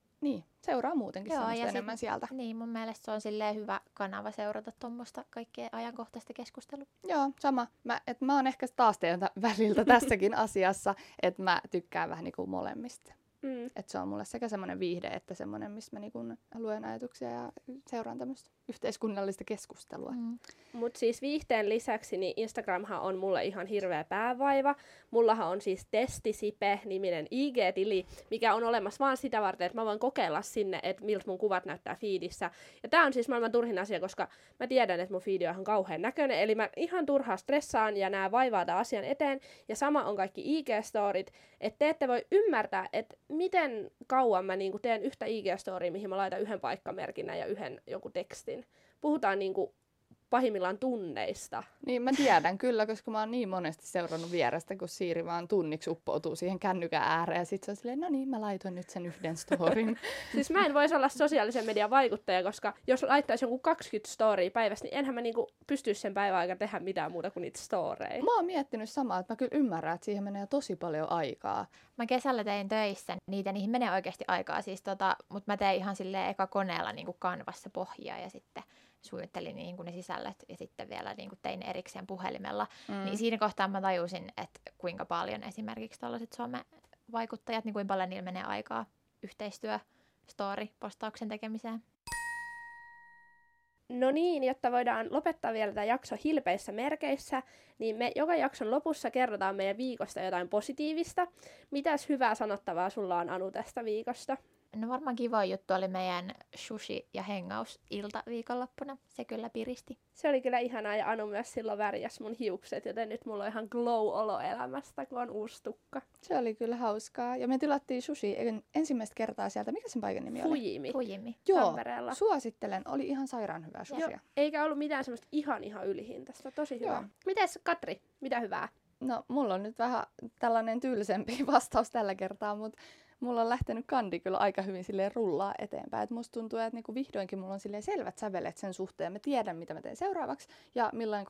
seuraa muutenkin semmoista enemmän sieltä. Niin, mun mielestä se on silleen hyvä kanava seurata tuommoista kaikkea ajankohtaista keskustelua. Joo, sama. Mä oon ehkä taas teiltä väliltä tässäkin asiassa, että mä tykkään vähän niinku molemmista. Että se on mulle sekä semmoinen viihde, että semmoinen, missä mä niinku luen ajatuksia ja seuraan tämmöistä yhteiskunnallista keskustelua. Mutta siis viihteen lisäksi niin Instagramhan on mulle ihan hirveä päävaiva. Mullahan on siis Testisipe-niminen IG-tili, mikä on olemassa vaan sitä varten, että mä voin kokeilla sinne, että miltä mun kuvat näyttää feedissä. Ja tää on siis maailman turhin asia, koska mä tiedän, että mun feedi on ihan kauhean näköinen. Eli mä ihan turhaa stressaan ja nää vaivaa tämän asian eteen. Ja sama on kaikki IG-storit. Että te ette voi ymmärtää, että miten kauan mä niinku teen yhtä IG-storia, mihin mä laitan yhden paikkamerkinnän ja yhden joku tekstin. Puhutaan niinku pahimmillaan tunneista. Niin mä tiedän kyllä, koska mä oon niin monesti seurannut vierestä, kun Siiri vaan tunniksi uppoutuu siihen kännykän ääreen ja sit se on silleen, no niin, mä laitoin nyt sen yhden storin. Siis mä en voisi olla sosiaalisen median vaikuttaja, koska jos laittaisi jonkun 20 storia päivässä, niin enhän mä niinku pystyisi sen päivän aikana tehdä mitään muuta kuin niitä storeja. Mä oon miettinyt samaa, että mä kyllä ymmärrän, että siihen menee tosi paljon aikaa. Mä kesällä tein töissä, niihin menee oikeasti aikaa, siis mutta mä tein ihan silleen eka koneella niinku Canvassa pohjaa ja sitten suunnittelin niin kuin ne sisällöt ja sitten vielä niin kuin tein erikseen puhelimella. Niin siinä kohtaa mä tajusin, että kuinka paljon esimerkiksi tällaiset somevaikuttajat, niin kuinka paljon niillä menee aikaa yhteistyö story-postauksen tekemiseen. No niin, jotta voidaan lopettaa vielä tämä jakso hilpeissä merkeissä, niin me joka jakson lopussa kerrotaan meidän viikosta jotain positiivista. Mitäs hyvää sanottavaa sulla on, Anu, tästä viikosta? No varmaan kiva juttu oli meidän sushi- ja hengausilta viikonloppuna. Se kyllä piristi. Se oli kyllä ihanaa ja Anu myös silloin värjäs mun hiukset, joten nyt mulla on ihan glow-olo elämästä, kun on uusi tukka. Se oli kyllä hauskaa. Ja me tilattiin sushi ensimmäistä kertaa sieltä. Mikä sen paikan nimi oli? Fujimi. Joo, Tampereella. suosittelen. Oli ihan sairaan hyvää sushia. Joo, eikä ollut mitään semmoista ihan ylihintaista. Tosi hyvä. Joo. Mites Katri, mitä hyvää? No, mulla on nyt vähän tällainen tyylisempi vastaus tällä kertaa, mutta mulla on lähtenyt kandi kyllä aika hyvin silleen rullaa eteenpäin. Et musta tuntuu, että niinku vihdoinkin mulla on silleen selvät sävelet sen suhteen. Mä tiedän, mitä mä teen seuraavaksi ja millainen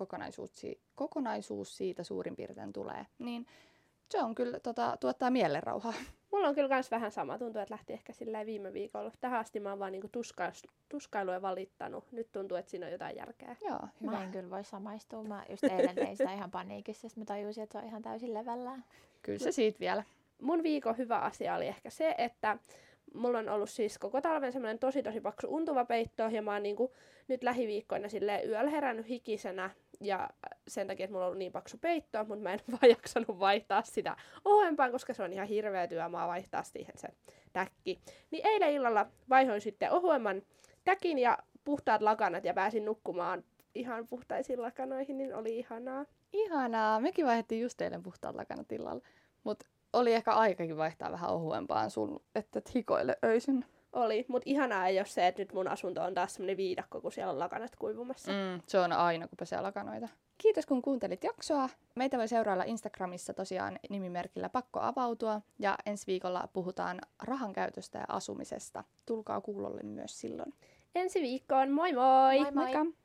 kokonaisuus siitä suurin piirtein tulee. Niin se on kyllä tuottaa mielenrauhaa. Mulla on kyllä kans vähän sama. Tuntuu, että lähti ehkä silleen viime viikolla. Tähän asti mä oon vaan niinku tuskailu ja valittanut. Nyt tuntuu, että siinä on jotain järkeä. Joo, hyvä. Mä en kyllä voi samaistua. Mä just eilen tein sitä ihan paniikissa, mä tajusin, että se on ihan täysin levällään. Kyllä se siitä vielä. Mun viikon hyvä asia oli ehkä se, että mulla on ollut siis koko talven semmoinen tosi paksu untuva peitto ja mä oon niinku nyt lähiviikkoina silleen yöllä herännyt hikisenä ja sen takia, että mulla on ollut niin paksu peitto, mutta mä en vaan jaksanut vaihtaa sitä ohuempaan, koska se on ihan hirveä työmaa vaihtaa siihen se täkki. Niin eilen illalla vaihoin sitten ohuemman täkin ja puhtaat lakanat ja pääsin nukkumaan ihan puhtaisiin lakanoihin, niin oli ihanaa. Ihanaa. Mekin vaihdettiin just eilen puhtaat lakanat illalla. Mutta oli ehkä aikakin vaihtaa vähän ohuempaan sun, että et hikoile öisin. Oli, mutta ihanaa ei ole se, että nyt mun asunto on taas semmoinen viidakko, kun siellä on lakanat kuivumassa. Se on aina, kun pesee lakanoita. Kiitos, kun kuuntelit jaksoa. Meitä voi seurailla Instagramissa tosiaan nimimerkillä Pakko avautua. Ja ensi viikolla puhutaan rahan käytöstä ja asumisesta. Tulkaa kuulolle myös silloin. Ensi viikkoon, moi moi! Moi moi! Moikka!